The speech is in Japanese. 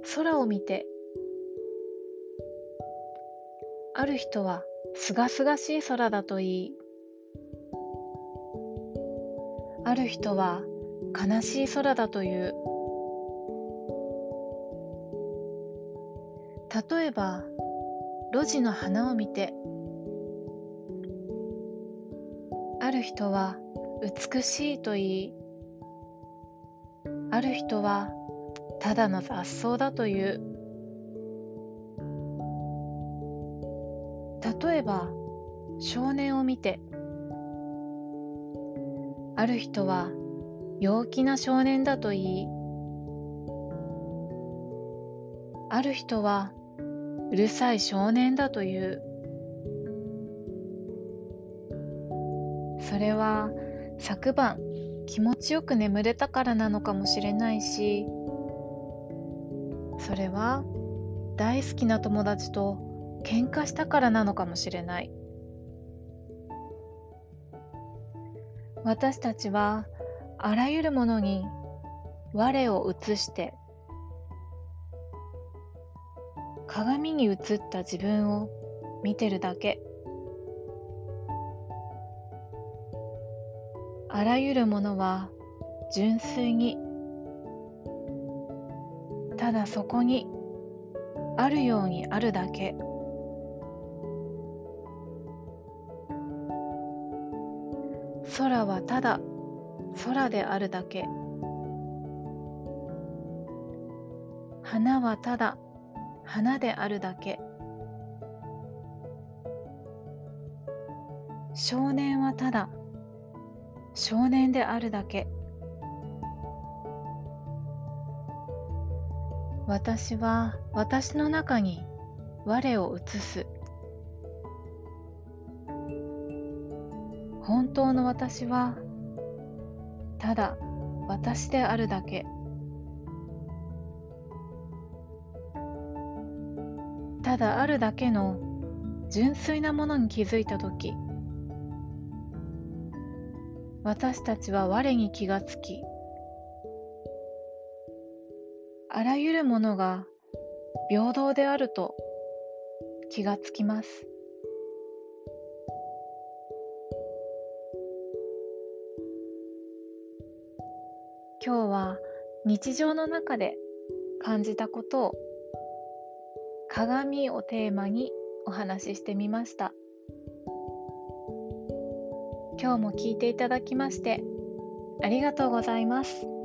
空を見て、ある人はすがすがしい空だと言い、ある人は悲しい空だという。例えば、路地の花を見て、ある人は美しいと言い、ある人はただの雑草だという。例えば、少年を見て、ある人は陽気な少年だと言い、ある人はうるさい少年だという。それは昨晩気持ちよく眠れたからなのかもしれないし、それは大好きな友達と喧嘩したからなのかもしれない。私たちはあらゆるものに我を映して鏡に映った自分を見てるだけ。あらゆるものは純粋にただそこにあるようにあるだけ。空はただ空であるだけ。花はただ花であるだけ。少年はただ少年であるだけ。私は私の中に我を映す。本当の私はただ私であるだけ。ただあるだけの純粋なものに気づいたとき、私たちは我に気がつき、あらゆるものが平等であると気がつきます。今日は日常の中で感じたことを鏡をテーマにお話ししてみました。今日も聞いていただきましてありがとうございます。